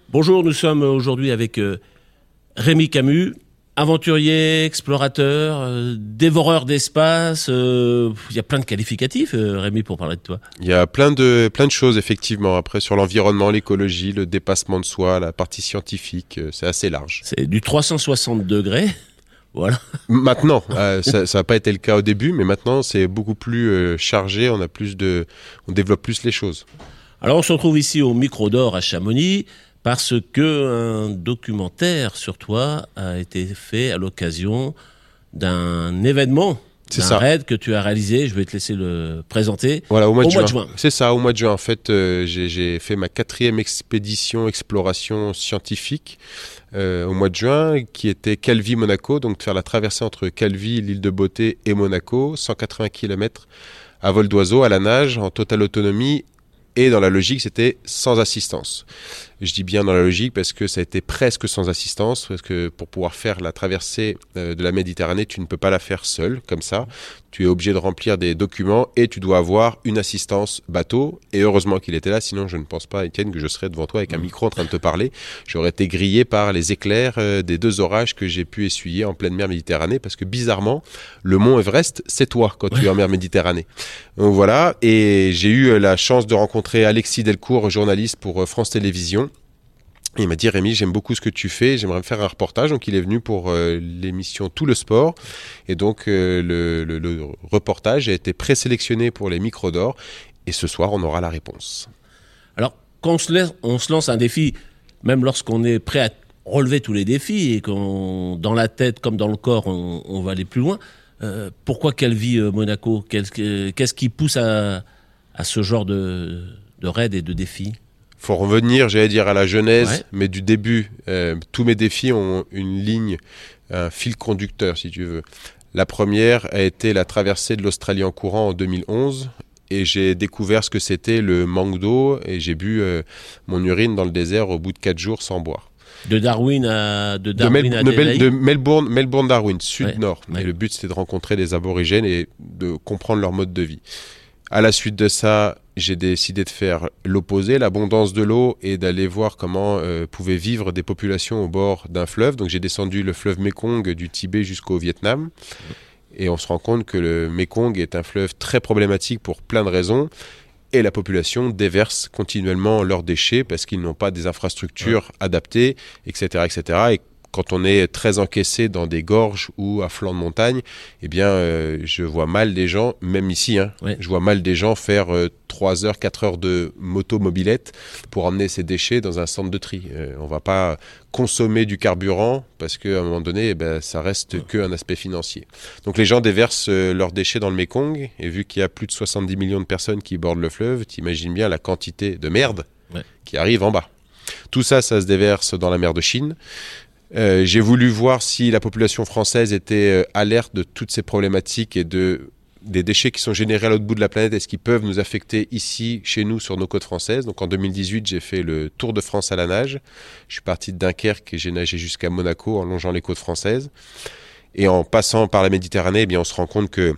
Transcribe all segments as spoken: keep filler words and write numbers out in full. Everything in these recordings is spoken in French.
Bonjour, nous sommes aujourd'hui avec euh, Rémi Camus, aventurier, explorateur, euh, dévoreur d'espace. Euh, il y a plein de qualificatifs, euh, Rémi, pour parler de toi. Il y a plein de, plein de choses, effectivement. Après, sur l'environnement, l'écologie, le dépassement de soi, la partie scientifique, euh, c'est assez large. C'est du trois cent soixante degrés. Voilà. Maintenant, euh, ça n'a pas été le cas au début, mais maintenant, c'est beaucoup plus euh, chargé. On a plus de, on développe plus les choses. Alors, on se retrouve ici au Micro d'Or à Chamonix, parce que un documentaire sur toi a été fait à l'occasion d'un événement, C'est d'un ça. raid que tu as réalisé. Je vais te laisser le présenter. Voilà, au mois, Au de, mois juin. de juin. C'est ça, au mois de juin. En fait, euh, j'ai, j'ai fait ma quatrième expédition exploration scientifique euh, au mois de juin, qui était Calvi-Monaco, donc de faire la traversée entre Calvi, l'île de Beauté, et Monaco, cent quatre-vingts kilomètres à vol d'oiseau, à la nage, en totale autonomie. Et dans la logique, c'était sans assistance. Je dis bien dans la logique parce que ça a été presque sans assistance, parce que pour pouvoir faire la traversée de la Méditerranée, tu ne peux pas la faire seul, comme ça. Tu es obligé de remplir des documents et tu dois avoir une assistance bateau. Et heureusement qu'il était là, sinon je ne pense pas, Étienne, que je serais devant toi avec un micro en train de te parler. J'aurais été grillé par les éclairs des deux orages que j'ai pu essuyer en pleine mer Méditerranée, parce que bizarrement, le mont Everest, c'est toi quand tu es en mer Méditerranée. Donc voilà, et j'ai eu la chance de rencontrer Alexis Delcourt, journaliste pour France Télévisions. Il m'a dit: Rémi, j'aime beaucoup ce que tu fais, j'aimerais me faire un reportage. Donc il est venu pour euh, l'émission Tout le sport. Et donc euh, le, le, le reportage a été présélectionné pour les Micros d'Or. Et ce soir, on aura la réponse. Alors, quand on se, laisse, on se lance un défi, même lorsqu'on est prêt à relever tous les défis et qu'on, dans la tête comme dans le corps, on, on va aller plus loin, euh, pourquoi Calvi-Monaco ? Qu'est-ce, qu'est-ce qui pousse à, à ce genre de, de raid et de défi ? Il faut revenir, j'allais dire, à la genèse, Ouais. mais du début. Euh, tous mes défis ont une ligne, un fil conducteur, si tu veux. La première a été la traversée de l'Australie en courant en deux mille onze. Et j'ai découvert ce que c'était le manque d'eau. Et j'ai bu euh, mon urine dans le désert au bout de quatre jours sans boire. De Darwin à de De, Darwin Mel- à de Mel- Adélaïde. de Melbourne, Melbourne Darwin, sud-nord. Ouais, ouais. Et le but, c'était de rencontrer des aborigènes et de comprendre leur mode de vie. À la suite de ça, j'ai décidé de faire l'opposé, l'abondance de l'eau, et d'aller voir comment euh, pouvaient vivre des populations au bord d'un fleuve. Donc j'ai descendu le fleuve Mekong du Tibet jusqu'au Vietnam. Et on se rend compte que le Mekong est un fleuve très problématique pour plein de raisons. Et la population déverse continuellement leurs déchets parce qu'ils n'ont pas des infrastructures ouais. adaptées, et cetera, et cetera. Et quand on est très encaissé dans des gorges ou à flanc de montagne, eh bien, euh, je vois mal des gens, même ici, hein, ouais. je vois mal des gens faire euh, trois heures, quatre heures de moto-mobilette pour emmener ces déchets dans un centre de tri. Euh, on ne va pas consommer du carburant parce qu'à un moment donné, eh ben, ça reste ouais. qu'un aspect financier. Donc les gens déversent euh, leurs déchets dans le Mekong, et vu qu'il y a plus de soixante-dix millions de personnes qui bordent le fleuve, tu imagines bien la quantité de merde ouais. qui arrive en bas. Tout ça, ça se déverse dans la mer de Chine. Euh, j'ai voulu voir si la population française était euh, alerte de toutes ces problématiques et de, des déchets qui sont générés à l'autre bout de la planète. Est-ce qu'ils peuvent nous affecter ici, chez nous, sur nos côtes françaises ? Donc en deux mille dix-huit, j'ai fait le Tour de France à la nage. Je suis parti de Dunkerque et j'ai nagé jusqu'à Monaco en longeant les côtes françaises. Et en passant par la Méditerranée, eh bien, on se rend compte que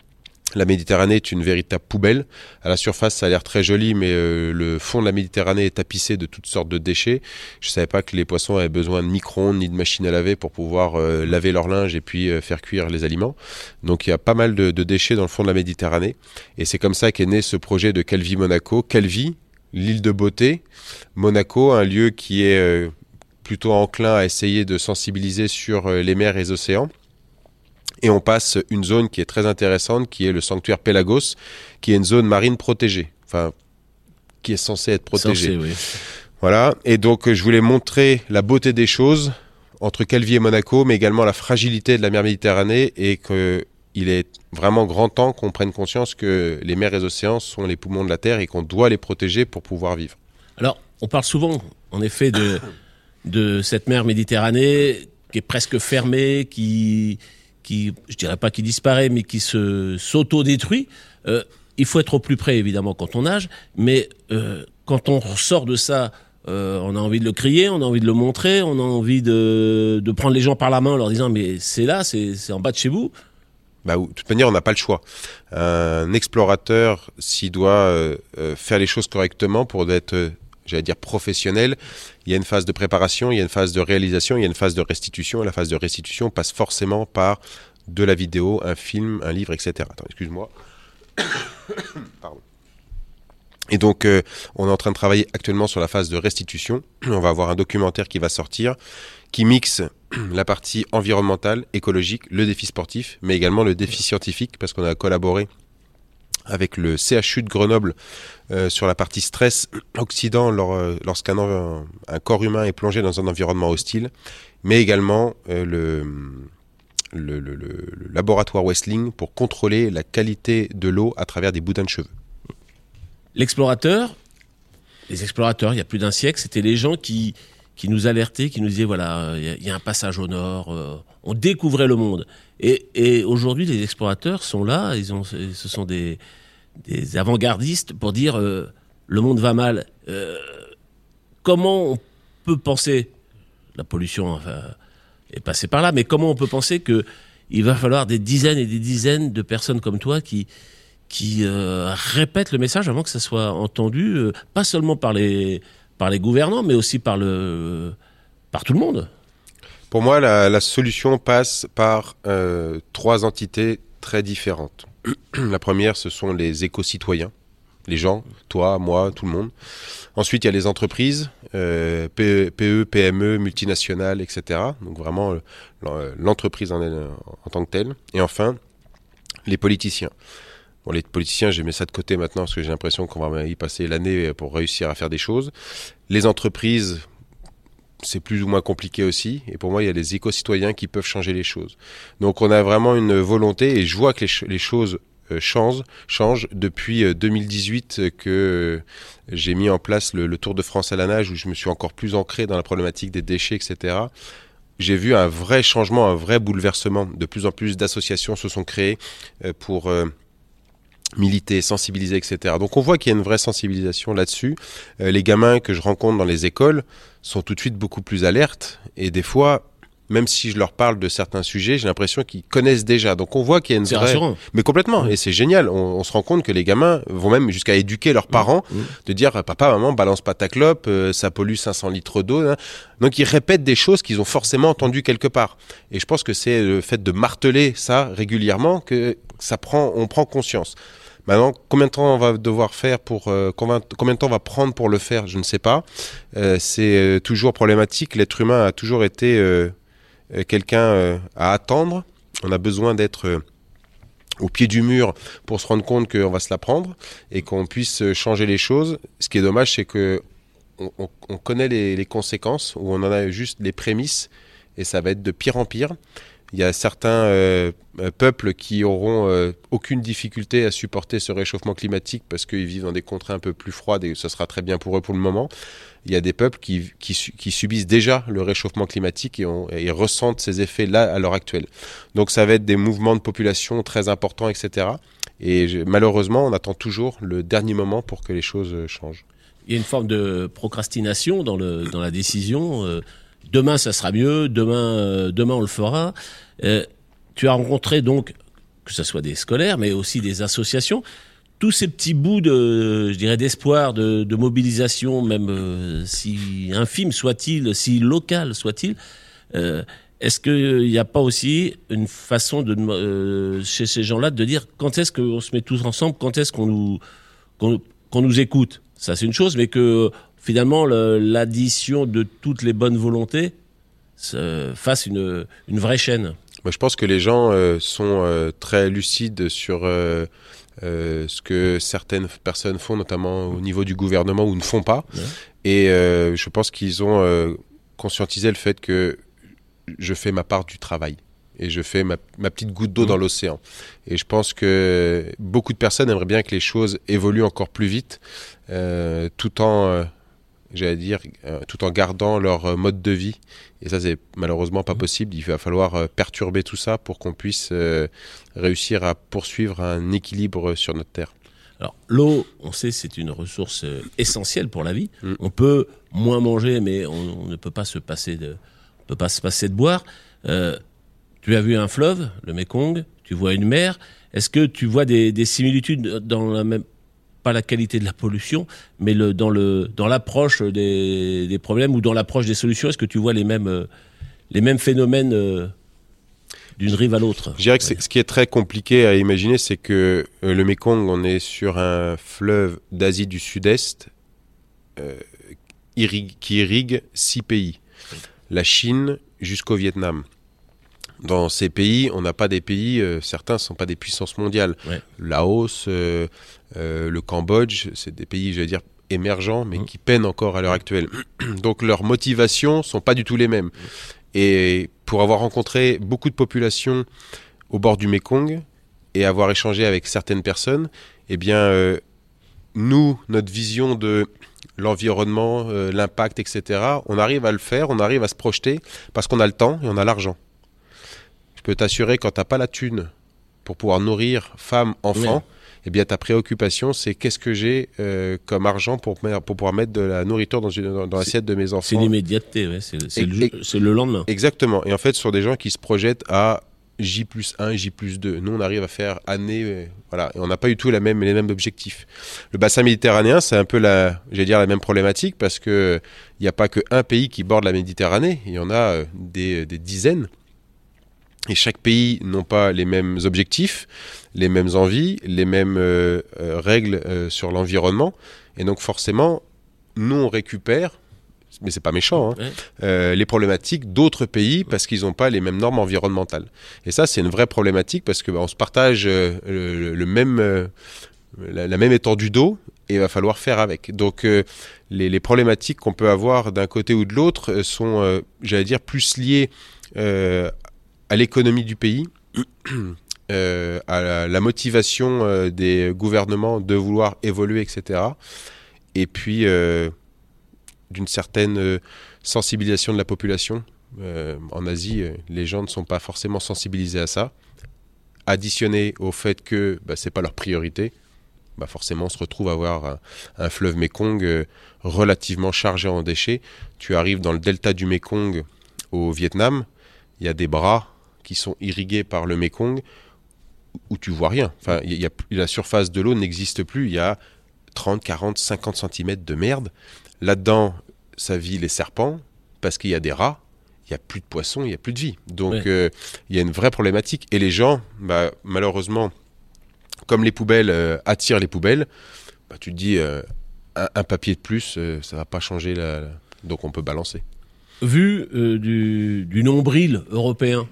la Méditerranée est une véritable poubelle. À la surface, ça a l'air très joli, mais euh, le fond de la Méditerranée est tapissé de toutes sortes de déchets. Je ne savais pas que les poissons avaient besoin de micro-ondes ni de machines à laver pour pouvoir euh, laver leur linge et puis euh, faire cuire les aliments. Donc il y a pas mal de, de déchets dans le fond de la Méditerranée. Et c'est comme ça qu'est né ce projet de Calvi-Monaco. Calvi, l'île de beauté. Monaco, un lieu qui est euh, plutôt enclin à essayer de sensibiliser sur euh, les mers et les océans. Et on passe une zone qui est très intéressante, qui est le sanctuaire Pélagos, qui est une zone marine protégée, enfin, qui est censée être protégée. Censé, oui. Voilà. Et donc, je voulais montrer la beauté des choses entre Calvi et Monaco, mais également la fragilité de la mer Méditerranée, et qu'il est vraiment grand temps qu'on prenne conscience que les mers et les océans sont les poumons de la Terre et qu'on doit les protéger pour pouvoir vivre. Alors, on parle souvent, en effet, de, de cette mer Méditerranée qui est presque fermée, qui... qui, je dirais pas qui disparaît, mais qui se s'auto-détruit. Euh, il faut être au plus près, évidemment, quand on nage, mais euh, quand on sort de ça, euh, on a envie de le crier, on a envie de le montrer, on a envie de, de prendre les gens par la main en leur disant « mais c'est là, c'est, c'est en bas de chez vous ». Bah, de toute manière, on n'a pas le choix. Un explorateur, s'il doit euh, faire les choses correctement pour être j'allais dire professionnelle, il y a une phase de préparation, il y a une phase de réalisation, il y a une phase de restitution. Et la phase de restitution passe forcément par de la vidéo, un film, un livre, et cetera. Attends, excuse-moi. Pardon. Et donc, euh, on est en train de travailler actuellement sur la phase de restitution. On va avoir un documentaire qui va sortir, qui mixe la partie environnementale, écologique, le défi sportif, mais également le défi scientifique, parce qu'on a collaboré avec le C H U de Grenoble euh, sur la partie stress oxydant lors, euh, lorsqu'un un, un corps humain est plongé dans un environnement hostile, mais également euh, le, le, le, le, le laboratoire Wessling pour contrôler la qualité de l'eau à travers des boudins de cheveux. L'explorateur, les explorateurs, il y a plus d'un siècle, c'était les gens qui, qui nous alertaient, qui nous disaient, voilà, il y, y a un passage au nord, euh, on découvrait le monde. Et, et aujourd'hui, les explorateurs sont là, ils ont, ce sont des, des avant-gardistes pour dire, euh, le monde va mal. Euh, comment on peut penser, la pollution enfin, est passée par là, mais comment on peut penser qu'il va falloir des dizaines et des dizaines de personnes comme toi qui... qui euh, répètent le message avant que ça soit entendu, euh, pas seulement par les, par les gouvernants, mais aussi par, le, par tout le monde. Pour moi, la, la solution passe par euh, trois entités très différentes. La première, ce sont les éco-citoyens, les gens, toi, moi, tout le monde. Ensuite, il y a les entreprises, euh, P E, P M E, multinationales, et cetera. Donc vraiment, euh, l'entreprise en, en tant que telle. Et enfin, les politiciens. Bon, les politiciens, j'ai mis ça de côté maintenant parce que j'ai l'impression qu'on va y passer l'année pour réussir à faire des choses. Les entreprises, c'est plus ou moins compliqué aussi. Et pour moi, il y a les éco-citoyens qui peuvent changer les choses. Donc, on a vraiment une volonté et je vois que les, ch- les choses euh, changent, changent depuis euh, deux mille dix-huit que euh, j'ai mis en place le, le Tour de France à la nage où je me suis encore plus ancré dans la problématique des déchets, et cetera. J'ai vu un vrai changement, un vrai bouleversement. De plus en plus d'associations se sont créées euh, pour... Euh, militer, sensibiliser, et cetera. Donc on voit qu'il y a une vraie sensibilisation là-dessus. Euh, les gamins que je rencontre dans les écoles sont tout de suite beaucoup plus alertes et des fois, même si je leur parle de certains sujets, j'ai l'impression qu'ils connaissent déjà. Donc on voit qu'il y a une c'est vraie... rassurant. Mais complètement, Mmh. et c'est génial. On, on se rend compte que les gamins vont même jusqu'à éduquer leurs parents, Mmh. de dire « Papa, maman, balance pas ta clope, euh, ça pollue cinq cents litres d'eau. Hein. » Donc ils répètent des choses qu'ils ont forcément entendues quelque part. Et je pense que c'est le fait de marteler ça régulièrement que ça prend, on prend conscience. Maintenant, combien de temps on va devoir faire pour euh, combien, combien de temps on va prendre pour le faire, je ne sais pas. Euh, c'est euh, toujours problématique. L'être humain a toujours été euh, quelqu'un euh, à attendre. On a besoin d'être euh, au pied du mur pour se rendre compte qu'on va se la prendre et qu'on puisse changer les choses. Ce qui est dommage, c'est que on, on, on connaît les, les conséquences ou on en a juste les prémices et ça va être de pire en pire. Il y a certains euh, peuples qui auront euh, aucune difficulté à supporter ce réchauffement climatique parce qu'ils vivent dans des contrées un peu plus froides et ce sera très bien pour eux pour le moment. Il y a des peuples qui, qui, qui subissent déjà le réchauffement climatique et, on, et ressentent ces effets là à l'heure actuelle. Donc ça va être des mouvements de population très importants, et cetera. Et je, malheureusement, on attend toujours le dernier moment pour que les choses changent. Il y a une forme de procrastination dans, le, dans la décision. Euh, demain, ça sera mieux. Demain, euh, demain on le fera. Euh, tu as rencontré donc, que ce soit des scolaires, mais aussi des associations, tous ces petits bouts de, je dirais, d'espoir, de, de mobilisation, même euh, si infime soit-il, si local soit-il. Euh, est-ce qu'il n'y a pas aussi une façon de, euh, chez ces gens-là de dire quand est-ce qu'on se met tous ensemble, quand est-ce qu'on nous, qu'on, qu'on nous écoute? Ça, c'est une chose, mais que finalement, le, l'addition de toutes les bonnes volontés se fasse une, une vraie chaîne. Moi, je pense que les gens euh, sont euh, très lucides sur euh, euh, ce que certaines personnes font, notamment au niveau du gouvernement, ou ne font pas. Ouais. Et euh, je pense qu'ils ont euh, conscientisé le fait que je fais ma part du travail. Et je fais ma, ma petite goutte d'eau mmh. dans l'océan. Et je pense que beaucoup de personnes aimeraient bien que les choses évoluent encore plus vite, euh, tout en... Euh, j'allais dire, euh, tout en gardant leur mode de vie. Et ça, c'est malheureusement pas possible. Il va falloir euh, perturber tout ça pour qu'on puisse euh, réussir à poursuivre un équilibre sur notre Terre. Alors, l'eau, on sait, c'est une ressource euh, essentielle pour la vie. Mm. On peut moins manger, mais on, on ne peut pas se passer de, on peut pas se passer de boire. Euh, tu as vu un fleuve, le Mékong, tu vois une mer. Est-ce que tu vois des, des similitudes dans la même pas la qualité de la pollution, mais le, dans, le, dans l'approche des, des problèmes ou dans l'approche des solutions, est-ce que tu vois les mêmes, euh, les mêmes phénomènes euh, d'une rive à l'autre? Je dirais que c'est, ce qui est très compliqué à imaginer, c'est que euh, le Mékong, on est sur un fleuve d'Asie du Sud-Est euh, irrigue, qui irrigue six pays. La Chine jusqu'au Vietnam. Dans ces pays, on n'a pas des pays, euh, certains ne sont pas des puissances mondiales. Ouais. Laos, euh, euh, le Cambodge, c'est des pays, je vais dire, émergents, mais mmh. qui peinent encore à l'heure actuelle. Donc leurs motivations ne sont pas du tout les mêmes. Mmh. Et pour avoir rencontré beaucoup de populations au bord du Mékong et avoir échangé avec certaines personnes, eh bien, euh, nous, notre vision de l'environnement, euh, l'impact, et cetera, on arrive à le faire, on arrive à se projeter parce qu'on a le temps et on a l'argent. Je peux t'assurer, quand tu n'as pas la thune pour pouvoir nourrir femmes, enfants, oui. eh bien, ta préoccupation, c'est qu'est-ce que j'ai euh, comme argent pour, pour pouvoir mettre de la nourriture dans, une, dans, dans l'assiette de mes enfants. C'est l'immédiateté, ouais. c'est, c'est, et, le, et, c'est le lendemain. Exactement. Et en fait, ce sont des gens qui se projettent à J plus un, J plus deux. Nous, on arrive à faire année, euh, voilà, et on n'a pas du tout la même, les mêmes objectifs. Le bassin méditerranéen, c'est un peu la, j'allais dire, la même problématique parce qu'il n'y a pas qu'un pays qui borde la Méditerranée, il y en a euh, des, des dizaines. Et chaque pays n'a pas les mêmes objectifs, les mêmes envies, les mêmes euh, euh, règles euh, sur l'environnement. Et donc forcément, nous on récupère, mais c'est pas méchant, hein, ouais. euh, les problématiques d'autres pays parce qu'ils n'ont pas les mêmes normes environnementales. Et ça, c'est une vraie problématique parce que bah, on se partage euh, le, le même, euh, la, la même étendue d'eau et il va falloir faire avec. Donc euh, les, les problématiques qu'on peut avoir d'un côté ou de l'autre sont, euh, j'allais dire, plus liées euh, à l'économie du pays, euh, à la, la motivation euh, des gouvernements de vouloir évoluer, et cetera. Et puis, euh, d'une certaine euh, sensibilisation de la population. Euh, en Asie, euh, les gens ne sont pas forcément sensibilisés à ça. Additionné au fait que bah, ce n'est pas leur priorité, bah, forcément on se retrouve à avoir un, un fleuve Mékong euh, relativement chargé en déchets. Tu arrives dans le delta du Mékong au Vietnam, il y a des bras qui sont irrigués par le Mékong où tu vois rien. Enfin, il y a, la surface de l'eau n'existe plus. Il y a trente, quarante, cinquante centimètres de merde. Là-dedans, ça vit les serpents parce qu'il y a des rats. Il n'y a plus de poissons, il n'y a plus de vie. Donc, ouais. euh, il y a une vraie problématique. Et les gens, bah, malheureusement, comme les poubelles euh, attirent les poubelles, bah, tu te dis, euh, un, un papier de plus, euh, ça ne va pas changer. La, la... Donc, on peut balancer. Vu euh, du, du nombril européen,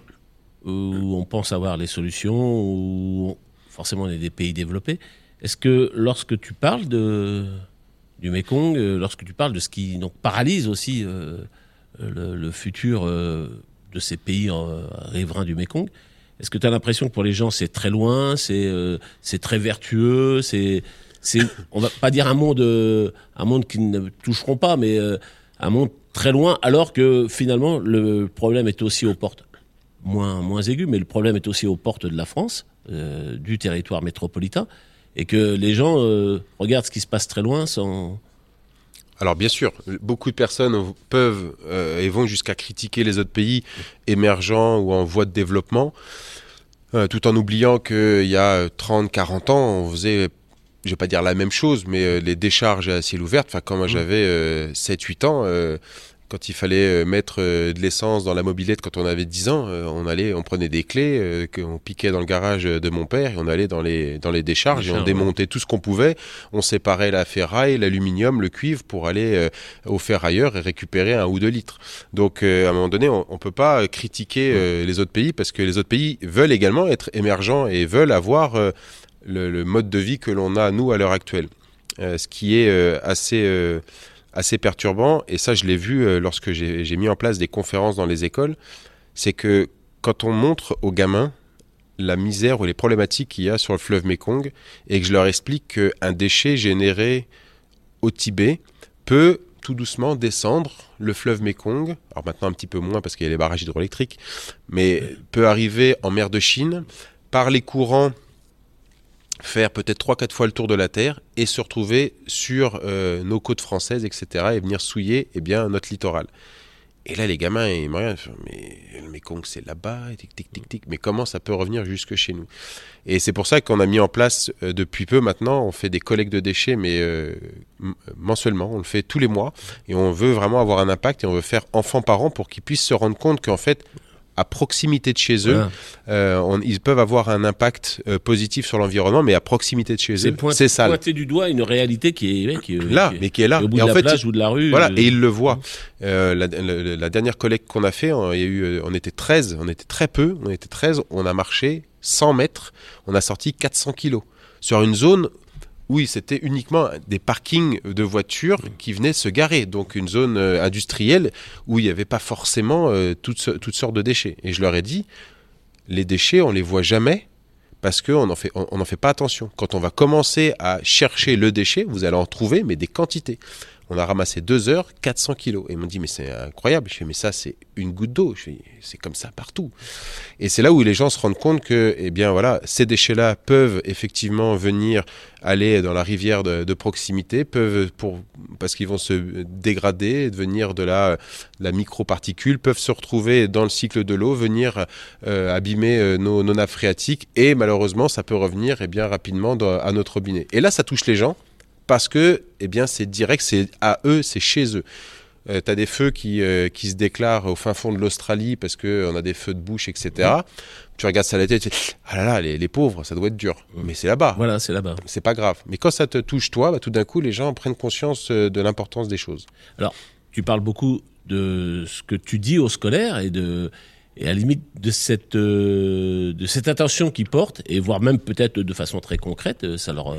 où on pense avoir les solutions, où forcément on est des pays développés, est-ce que lorsque tu parles de, du Mékong, lorsque tu parles de ce qui donc, paralyse aussi euh, le, le futur euh, de ces pays euh, riverains du Mékong, est-ce que tu as l'impression que pour les gens c'est très loin, c'est, euh, c'est très vertueux, c'est, c'est, on va pas dire un monde, euh, un monde qu'ils ne toucheront pas, mais euh, un monde très loin, alors que finalement le problème est aussi aux portes moins, moins aigu, mais le problème est aussi aux portes de la France, euh, du territoire métropolitain, et que les gens euh, regardent ce qui se passe très loin sans... Alors bien sûr, beaucoup de personnes peuvent euh, et vont jusqu'à critiquer les autres pays émergents ou en voie de développement, euh, tout en oubliant qu'il y a trente, quarante ans, on faisait, je ne vais pas dire la même chose, mais euh, les décharges à ciel ouvert, enfin quand moi j'avais euh, sept huit ans, euh, quand il fallait mettre de l'essence dans la mobilette quand on avait dix ans, on allait, on prenait des clés qu'on piquait dans le garage de mon père et on allait dans les, dans les décharges et on démontait tout ce qu'on pouvait. On séparait la ferraille, l'aluminium, le cuivre pour aller au ferrailleur et récupérer un ou deux litres. Donc à un moment donné, on ne peut pas critiquer les autres pays parce que les autres pays veulent également être émergents et veulent avoir le, le mode de vie que l'on a, nous, à l'heure actuelle. Ce qui est assez... assez perturbant, et ça je l'ai vu euh, lorsque j'ai, j'ai mis en place des conférences dans les écoles, c'est que quand on montre aux gamins la misère ou les problématiques qu'il y a sur le fleuve Mékong, et que je leur explique qu'un déchet généré au Tibet peut tout doucement descendre le fleuve Mékong, alors maintenant un petit peu moins parce qu'il y a les barrages hydroélectriques, mais peut arriver en mer de Chine, par les courants faire peut-être trois quatre fois le tour de la Terre et se retrouver sur euh, nos côtes françaises, et cetera, et venir souiller eh bien, notre littoral. Et là, les gamins, ils me regardent, mais le Mekong, c'est là-bas, tic, tic, tic, tic. Mais comment ça peut revenir jusque chez nous? Et c'est pour ça qu'on a mis en place, euh, depuis peu maintenant, on fait des collectes de déchets, mais euh, mensuellement, on le fait tous les mois. Et on veut vraiment avoir un impact et on veut faire enfant par an pour qu'ils puissent se rendre compte qu'en fait, à proximité de chez eux, voilà. euh, on, ils peuvent avoir un impact euh, positif sur l'environnement, mais à proximité de chez c'est eux, point, c'est ça. Pointer du doigt une réalité qui est, qui est là, qui est, mais qui est là, qui est au bout et de en la fait, plage ou de la rue. Voilà, euh... et ils le voient. Euh, la, la, la dernière collecte qu'on a fait, on, il y a eu, on était treize, on était très peu, on était treize, on a marché cent mètres, on a sorti quatre cents kilos sur une zone. Oui, c'était uniquement des parkings de voitures qui venaient se garer. Donc une zone euh, industrielle où il n'y avait pas forcément euh, toutes, toutes sortes de déchets. Et je leur ai dit, les déchets, on ne les voit jamais parce qu'on n'en fait, on, on en fait pas attention. Quand on va commencer à chercher le déchet, vous allez en trouver, mais des quantités. On a ramassé deux heures, quatre cents kilos. Et ils m'ont dit, mais c'est incroyable. Je fais, mais ça, c'est une goutte d'eau. Je fais, c'est comme ça partout. Et c'est là où les gens se rendent compte que, eh bien, voilà, ces déchets-là peuvent effectivement venir aller dans la rivière de, de proximité, peuvent, pour, parce qu'ils vont se dégrader, devenir de la, de la microparticule, peuvent se retrouver dans le cycle de l'eau, venir euh, abîmer euh, nos, nos nappes phréatiques. Et malheureusement, ça peut revenir, eh bien, rapidement dans, à notre robinet. Et là, ça touche les gens. Parce que, eh bien, c'est direct, c'est à eux, c'est chez eux. Euh, tu as des feux qui, euh, qui se déclarent au fin fond de l'Australie parce qu'on a des feux de bouche, et cetera. Mmh. Tu regardes ça à la tête, tu te dis, ah là là, les, les pauvres, ça doit être dur. Mmh. Mais c'est là-bas. Voilà, c'est là-bas. C'est pas grave. Mais quand ça te touche toi, bah, tout d'un coup, les gens prennent conscience de l'importance des choses. Alors, tu parles beaucoup de ce que tu dis aux scolaires et de... Et à la limite de cette, euh, de cette attention qu'ils portent, et voire même peut-être de façon très concrète, ça leur... Euh,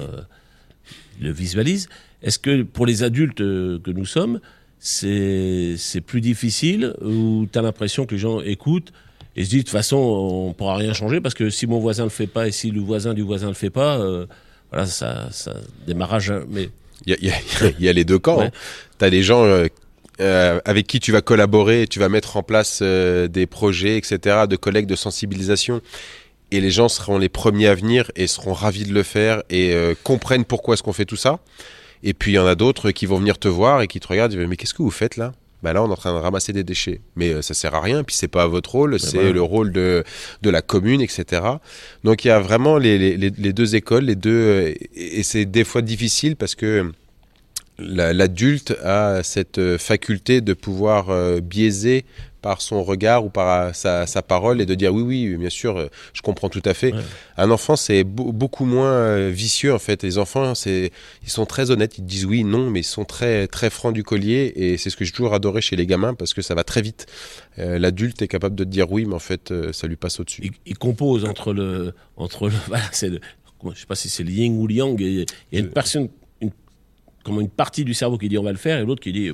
le visualise. Est-ce que pour les adultes que nous sommes, c'est, c'est plus difficile ou tu as l'impression que les gens écoutent et se disent de toute façon on ne pourra rien changer parce que si mon voisin ne le fait pas et si le voisin du voisin ne le fait pas, euh, voilà, ça, ça démarrage. Mais... Il y a, y, a, y a les deux camps. Ouais. Hein. Tu as des gens euh, euh, avec qui tu vas collaborer, tu vas mettre en place euh, des projets, et cetera, de collecte, de sensibilisation. Et les gens seront les premiers à venir et seront ravis de le faire et euh, comprennent pourquoi est-ce qu'on fait tout ça. Et puis il y en a d'autres qui vont venir te voir et qui te regardent et disent mais qu'est-ce que vous faites là? Bah là on est en train de ramasser des déchets. Mais euh, ça sert à rien, puis c'est pas votre rôle, mais c'est voilà. Le rôle de, de la commune, et cetera. Donc il y a vraiment les, les, les deux écoles, les deux, euh, et c'est des fois difficile parce que la, l'adulte a cette faculté de pouvoir euh, biaiser par son regard ou par sa, sa parole et de dire oui, oui, bien sûr, je comprends tout à fait. Ouais. Un enfant, c'est b- beaucoup moins vicieux en fait. Les enfants, c'est, ils sont très honnêtes, ils disent oui, non, mais ils sont très, très francs du collier et c'est ce que j'ai toujours adoré chez les gamins parce que ça va très vite. Euh, l'adulte est capable de te dire oui, mais en fait, euh, ça lui passe au-dessus. Il, il compose entre le, entre le, voilà, c'est le, je sais pas si c'est le yin ou le yang. Il y a une personne, une, comment une partie du cerveau qui dit on va le faire et l'autre qui dit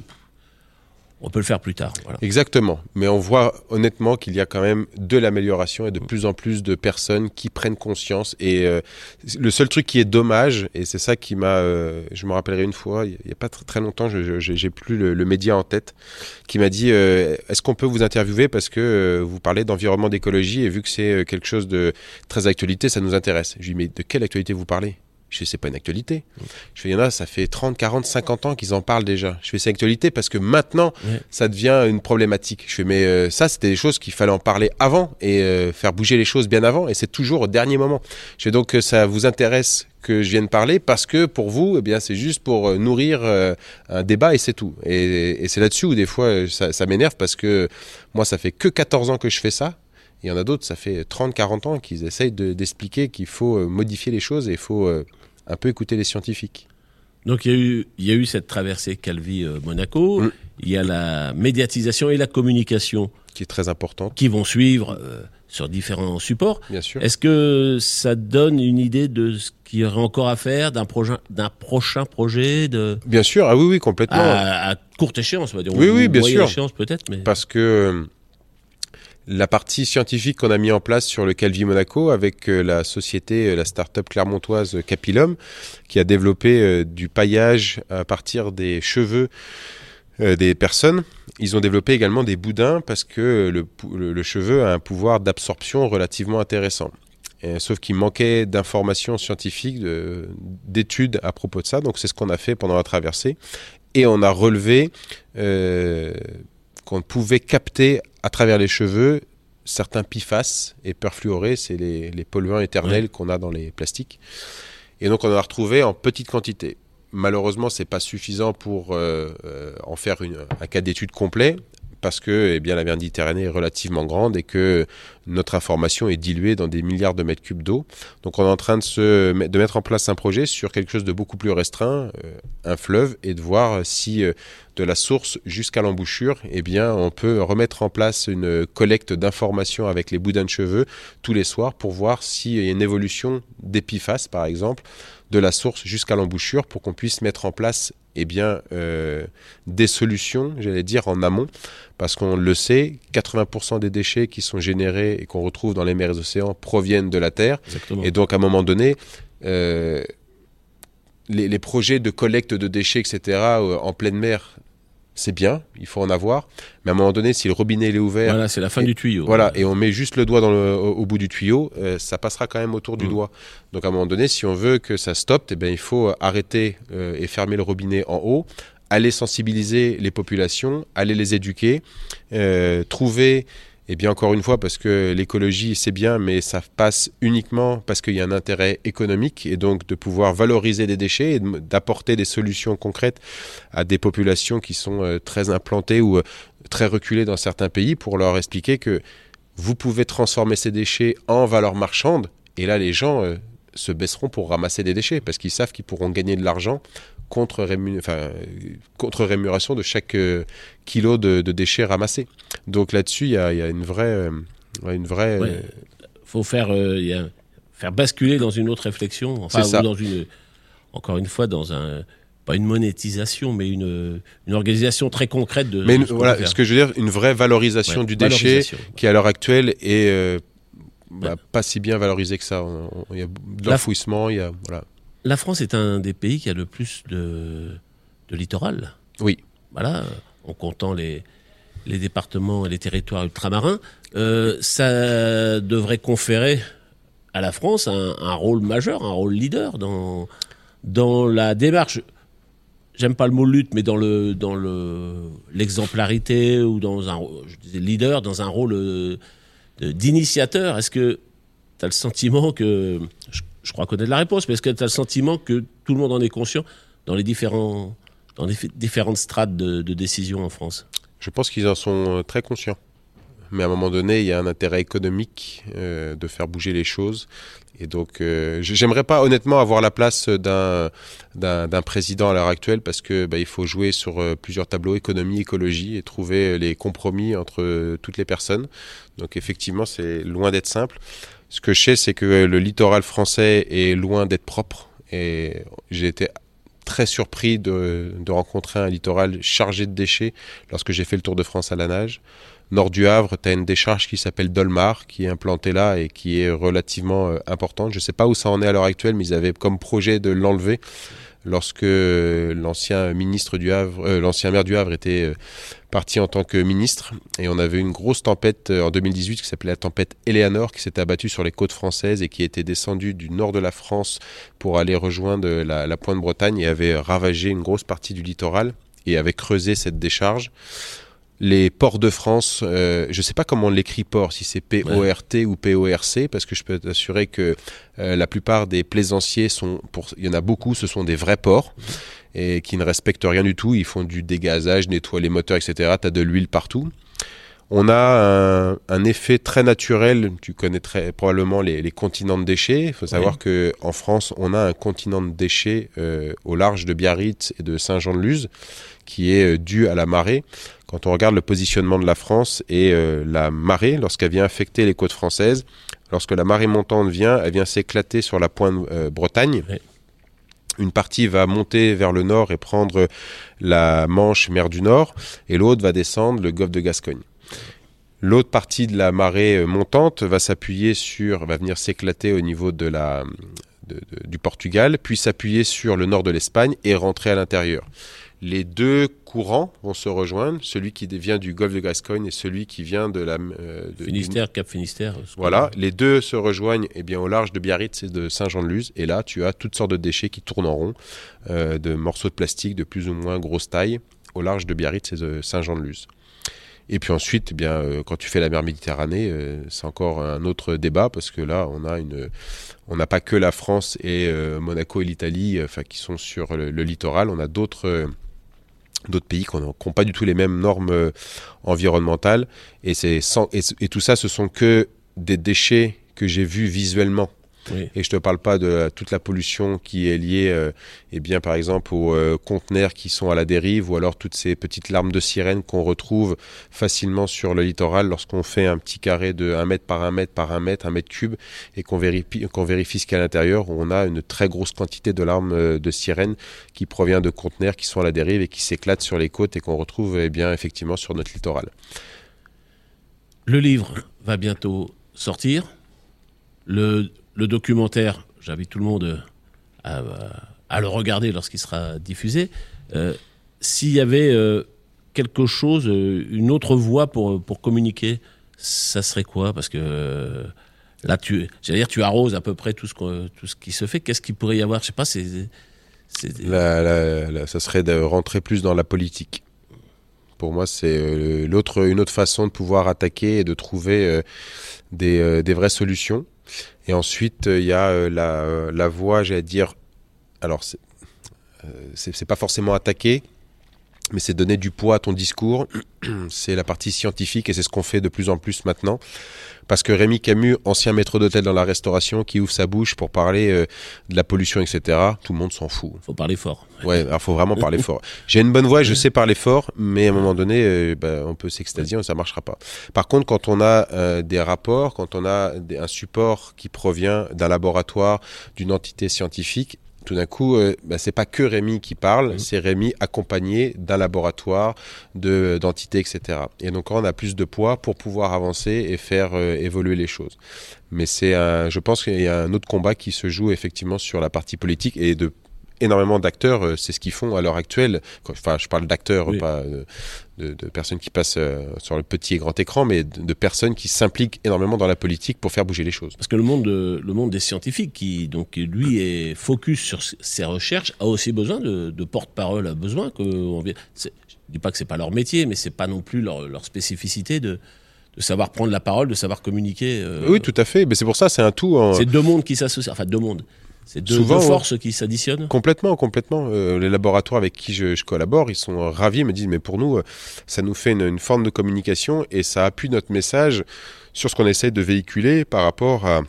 on peut le faire plus tard. Voilà. Exactement. Mais on voit honnêtement qu'il y a quand même de l'amélioration et de plus en plus de personnes qui prennent conscience. Et euh, le seul truc qui est dommage, et c'est ça qui m'a... Euh, je me rappellerai une fois, il n'y a pas très, très longtemps, je, je, j'ai plus le, le média en tête, qui m'a dit euh, est-ce qu'on peut vous interviewer parce que euh, vous parlez d'environnement, d'écologie, et vu que c'est quelque chose de très actualité, ça nous intéresse. Je lui dis mais de quelle actualité vous parlez ? Je fais, c'est pas une actualité. Mmh. Je fais, il y en a, ça fait trente, quarante, cinquante ans qu'ils en parlent déjà. Je fais, c'est une actualité parce que maintenant, ouais. ça devient une problématique. Je fais, mais euh, ça, c'était des choses qu'il fallait en parler avant et euh, faire bouger les choses bien avant. Et c'est toujours au dernier moment. Je fais donc, ça vous intéresse que je vienne parler parce que pour vous, eh bien, c'est juste pour euh, nourrir euh, un débat et c'est tout. Et, et c'est là-dessus où des fois, ça, ça m'énerve parce que moi, ça fait que quatorze ans que je fais ça. Il y en a d'autres, ça fait trente, quarante ans qu'ils essayent de, d'expliquer qu'il faut modifier les choses et il faut euh, un peu écouter les scientifiques. Donc il y a eu, il y a eu cette traversée Calvi-Monaco, mmh. il y a la médiatisation et la communication qui est très importante, qui vont suivre euh, sur différents supports. Bien sûr. Est-ce que ça donne une idée de ce qu'il y aurait encore à faire, d'un, projet, d'un prochain projet de... Bien sûr, ah oui, oui, complètement. À, à courte échéance, on va dire. Oui, oui, bien sûr. Échéance peut-être, mais... Parce que... La partie scientifique qu'on a mis en place sur le Calvi-Monaco avec la société, la start-up clermontoise Capilum, qui a développé euh, du paillage à partir des cheveux euh, des personnes. Ils ont développé également des boudins parce que le, le, le cheveu a un pouvoir d'absorption relativement intéressant. Et, sauf qu'il manquait d'informations scientifiques, de, d'études à propos de ça. Donc c'est ce qu'on a fait pendant la traversée. Et on a relevé... Euh, qu'on pouvait capter à travers les cheveux certains P F A S et perfluorés, c'est les, les polluants éternels oui. qu'on a dans les plastiques. Et donc on en a retrouvé en petite quantité. Malheureusement, ce n'est pas suffisant pour euh, euh, en faire une, un cas d'étude complet, parce que eh bien, la mer Méditerranée est relativement grande et que notre information est diluée dans des milliards de mètres cubes d'eau. Donc on est en train de, se, de mettre en place un projet sur quelque chose de beaucoup plus restreint, euh, un fleuve, et de voir si euh, de la source jusqu'à l'embouchure, eh bien, on peut remettre en place une collecte d'informations avec les boudins de cheveux tous les soirs pour voir s'il y a une évolution des P F A S, par exemple, de la source jusqu'à l'embouchure pour qu'on puisse mettre en place eh bien, euh, des solutions, j'allais dire, en amont, parce qu'on le sait, quatre-vingts pour cent des déchets qui sont générés et qu'on retrouve dans les mers et les océans proviennent de la Terre. Exactement. Et donc, à un moment donné, euh, les, les projets de collecte de déchets, et cetera, euh, en pleine mer, c'est bien, il faut en avoir, mais à un moment donné, si le robinet est ouvert... Voilà, c'est la fin et, du tuyau. Voilà, et on met juste le doigt dans le, au, au bout du tuyau, euh, ça passera quand même autour du mmh. doigt. Donc à un moment donné, si on veut que ça stoppe, eh bien, il faut arrêter euh, et fermer le robinet en haut, aller sensibiliser les populations, aller les éduquer, euh, trouver... Et bien encore une fois, parce que l'écologie, c'est bien, mais ça passe uniquement parce qu'il y a un intérêt économique, et donc de pouvoir valoriser des déchets et d'apporter des solutions concrètes à des populations qui sont euh, très implantées ou euh, très reculées dans certains pays, pour leur expliquer que vous pouvez transformer ces déchets en valeur marchande, et là les gens euh, se baisseront pour ramasser des déchets, parce qu'ils savent qu'ils pourront gagner de l'argent contre, rémun... enfin, contre rémunération de chaque euh, kilo de, de déchets ramassés. Donc là-dessus, il y a, y a une vraie... Euh, une vraie ouais. euh... faut faire, euh, y a, faire basculer dans une autre réflexion, enfin, c'est ça. Ou dans une, encore une fois, dans un... pas une monétisation, mais une, une organisation très concrète de... Mais de ce voilà, ce que je veux dire, une vraie valorisation ouais, du valorisation. déchet qui, à l'heure actuelle, est euh, bah, ouais. pas si bien valorisé que ça. Il y a de l'enfouissement, il y a... Voilà. La France est un des pays qui a le plus de, de littoral. Oui. Voilà, en comptant les, les départements et les territoires ultramarins. Euh, ça devrait conférer à la France un, un rôle majeur, un rôle leader dans, dans la démarche. J'aime pas le mot lutte, mais dans le dans le l'exemplarité ou dans un je disais leader, dans un rôle de, d'initiateur. Est-ce que tu as le sentiment que... Je, Je crois connaître la réponse, mais est-ce que tu as le sentiment que tout le monde en est conscient dans les, différents, dans les différentes strates de, de décision en France ? Je pense qu'ils en sont très conscients. Mais à un moment donné, il y a un intérêt économique euh, de faire bouger les choses. Et donc, euh, j'aimerais pas honnêtement avoir la place d'un, d'un, d'un président à l'heure actuelle, parce que bah, il faut jouer sur euh, plusieurs tableaux, économie, écologie, et trouver les compromis entre euh, toutes les personnes. Donc effectivement, c'est loin d'être simple. Ce que je sais, c'est que le littoral français est loin d'être propre, et j'ai été très surpris de, de rencontrer un littoral chargé de déchets lorsque j'ai fait le Tour de France à la nage. Nord du Havre, tu as une décharge qui s'appelle Dolmar, qui est implantée là et qui est relativement euh, importante. Je ne sais pas où ça en est à l'heure actuelle, mais ils avaient comme projet de l'enlever lorsque l'ancien ministre du Havre, euh, l'ancien maire du Havre était euh, parti en tant que ministre. Et on avait une grosse tempête euh, en deux mille dix-huit qui s'appelait la tempête Eleanor, qui s'était abattue sur les côtes françaises et qui était descendue du nord de la France pour aller rejoindre la, la Pointe Bretagne, et avait ravagé une grosse partie du littoral et avait creusé cette décharge. Les ports de France, euh, je ne sais pas comment on l'écrit port, si c'est P O R T ouais. ou P O R C, parce que je peux t'assurer que euh, la plupart des plaisanciers sont, pour, il y en a beaucoup, ce sont des vrais ports et qui ne respectent rien du tout. Ils font du dégazage, nettoient les moteurs, et cetera. Tu as de l'huile partout. On a un, un effet très naturel, tu connais très, probablement les, les continents de déchets. Il faut savoir oui. qu'en France, on a un continent de déchets euh, au large de Biarritz et de Saint-Jean-de-Luz, qui est euh, dû à la marée. Quand on regarde le positionnement de la France et euh, la marée, lorsqu'elle vient affecter les côtes françaises, lorsque la marée montante vient, elle vient s'éclater sur la pointe euh, Bretagne. Oui. Une partie va monter vers le nord et prendre la Manche, mer du Nord, et l'autre va descendre le golfe de Gascogne. L'autre partie de la marée montante va s'appuyer sur, va venir s'éclater au niveau de la, de, de, du Portugal, puis s'appuyer sur le nord de l'Espagne et rentrer à l'intérieur. Les deux courants vont se rejoindre, celui qui vient du golfe de Gascogne et celui qui vient de la... Euh, de, Finistère, du... Cap Finistère. Voilà, les deux se rejoignent eh bien, au large de Biarritz et de Saint-Jean-de-Luz. Et là, tu as toutes sortes de déchets qui tournent en rond, euh, de morceaux de plastique de plus ou moins grosse taille, au large de Biarritz et de Saint-Jean-de-Luz. Et puis ensuite, eh bien, euh, quand tu fais la mer Méditerranée, euh, c'est encore un autre débat parce que là, on a une, on n'a pas que la France et euh, Monaco et l'Italie, enfin, qui sont sur le, le littoral. On a d'autres, euh, d'autres pays qui n'ont pas du tout les mêmes normes euh, environnementales. Et c'est sans, et, et tout ça, ce sont que des déchets que j'ai vus visuellement. Oui. Et je te parle pas de la, toute la pollution qui est liée, euh, eh bien, par exemple, aux euh, conteneurs qui sont à la dérive, ou alors toutes ces petites larmes de sirène qu'on retrouve facilement sur le littoral lorsqu'on fait un petit carré de un mètre par un mètre par un mètre, un mètre cube, et qu'on vérifie, qu'on vérifie ce qu'il y a à l'intérieur, où on a une très grosse quantité de larmes de sirène qui provient de conteneurs qui sont à la dérive et qui s'éclatent sur les côtes et qu'on retrouve, eh bien, effectivement, sur notre littoral. Le livre va bientôt sortir. Le Le documentaire, j'invite tout le monde à, à le regarder lorsqu'il sera diffusé. Euh, s'il y avait euh, quelque chose, une autre voie pour, pour communiquer, ça serait quoi ? Parce que euh, là, tu, j'allais dire, tu arroses à peu près tout ce, que, tout ce qui se fait. Qu'est-ce qu'il pourrait y avoir ? Je sais pas, c'est... c'est... La, la, la, ça serait de rentrer plus dans la politique. Pour moi, c'est euh, l'autre, une autre façon de pouvoir attaquer et de trouver euh, des, euh, des vraies solutions. Et ensuite, il euh, y a euh, la, euh, la voie, j'allais dire, alors c'est, euh, c'est, c'est pas forcément attaquer, mais c'est donner du poids à ton discours. C'est la partie scientifique et c'est ce qu'on fait de plus en plus maintenant. Parce que Rémi Camus, ancien maître d'hôtel dans la restauration, qui ouvre sa bouche pour parler euh, de la pollution, et cetera, tout le monde s'en fout. Faut parler fort. Ouais, alors faut vraiment parler fort. J'ai une bonne voix, je sais parler fort, mais à un moment donné, euh, bah, on peut s'extasier, ça marchera pas. Par contre, quand on a euh, des rapports, quand on a des, un support qui provient d'un laboratoire, d'une entité scientifique, tout d'un coup, euh, bah, c'est pas que Rémi qui parle, mmh. c'est Rémi accompagné d'un laboratoire, de, d'entités, et cetera. Et donc, on a plus de poids pour pouvoir avancer et faire euh, évoluer les choses. Mais c'est un, je pense qu'il y a un autre combat qui se joue effectivement sur la partie politique et de énormément d'acteurs, euh, c'est ce qu'ils font à l'heure actuelle. Enfin, je parle d'acteurs, oui. pas de, de, de personnes qui passent euh, sur le petit et grand écran, mais de, de personnes qui s'impliquent énormément dans la politique pour faire bouger les choses. Parce que le monde, de, le monde des scientifiques, qui donc lui est focus sur ses recherches, a aussi besoin de, de porte-parole, a besoin que on, c'est, je dis pas que c'est pas leur métier, mais c'est pas non plus leur, leur spécificité de de savoir prendre la parole, de savoir communiquer. Euh, oui, tout à fait. Mais c'est pour ça, c'est un tout. En... C'est deux mondes qui s'associent. Enfin, deux mondes. C'est deux, Souvent, deux forces ouais. qui s'additionnent. Complètement, complètement. Euh, les laboratoires avec qui je, je collabore, ils sont ravis, ils me disent, mais pour nous, ça nous fait une, une forme de communication et ça appuie notre message sur ce qu'on essaie de véhiculer par rapport à,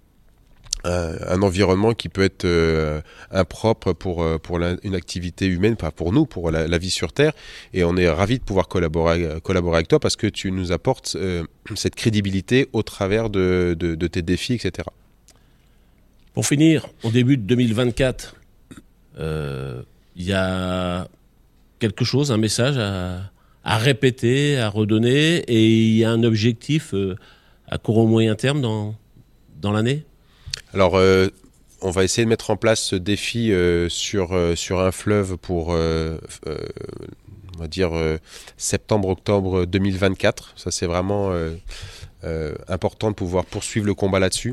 à un environnement qui peut être euh, impropre pour, pour la, une activité humaine, pas pour nous, pour la, la vie sur Terre. Et on est ravis de pouvoir collaborer, collaborer avec toi parce que tu nous apportes euh, cette crédibilité au travers de, de, de tes défis, et cetera. Pour finir, au début de deux mille vingt-quatre, il euh, y a quelque chose, un message à, à répéter, à redonner, et il y a un objectif euh, à court ou moyen terme dans, dans l'année ? Alors, euh, on va essayer de mettre en place ce défi euh, sur, euh, sur un fleuve pour, euh, euh, on va dire, euh, septembre-octobre deux mille vingt-quatre. Ça, c'est vraiment euh, euh, important de pouvoir poursuivre le combat là-dessus.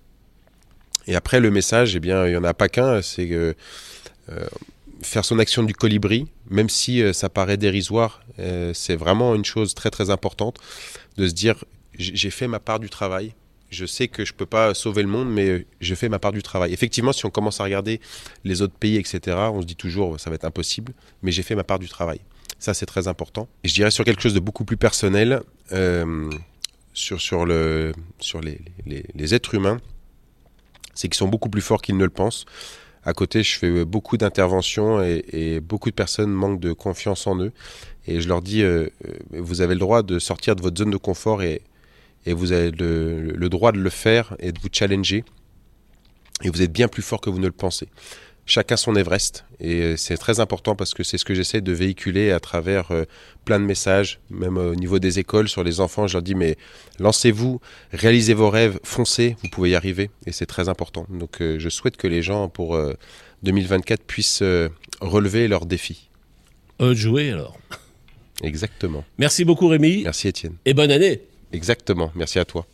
Et après, le message, eh bien, il n'y en a pas qu'un, c'est que euh, faire son action du colibri, même si euh, ça paraît dérisoire, euh, c'est vraiment une chose très très importante de se dire, j'ai fait ma part du travail, je sais que je ne peux pas sauver le monde, mais je fais ma part du travail. Effectivement, si on commence à regarder les autres pays, et cetera, on se dit toujours, ça va être impossible, mais j'ai fait ma part du travail. Ça, c'est très important. Et je dirais sur quelque chose de beaucoup plus personnel, euh, sur, sur, le, sur les, les, les êtres humains, c'est qu'ils sont beaucoup plus forts qu'ils ne le pensent. À côté, je fais beaucoup d'interventions et, et beaucoup de personnes manquent de confiance en eux. Et je leur dis, euh, vous avez le droit de sortir de votre zone de confort et, et vous avez le, le droit de le faire et de vous challenger. Et vous êtes bien plus fort que vous ne le pensez. Chacun son Everest. Et c'est très important parce que c'est ce que j'essaie de véhiculer à travers euh, plein de messages, même au niveau des écoles, sur les enfants. Je leur dis, mais lancez-vous, réalisez vos rêves, foncez, vous pouvez y arriver. Et c'est très important. Donc euh, je souhaite que les gens, pour euh, deux mille vingt-quatre, puissent euh, relever leurs défis. Euh, jouer alors. Exactement. Merci beaucoup Rémi. Merci Étienne. Et bonne année. Exactement. Merci à toi.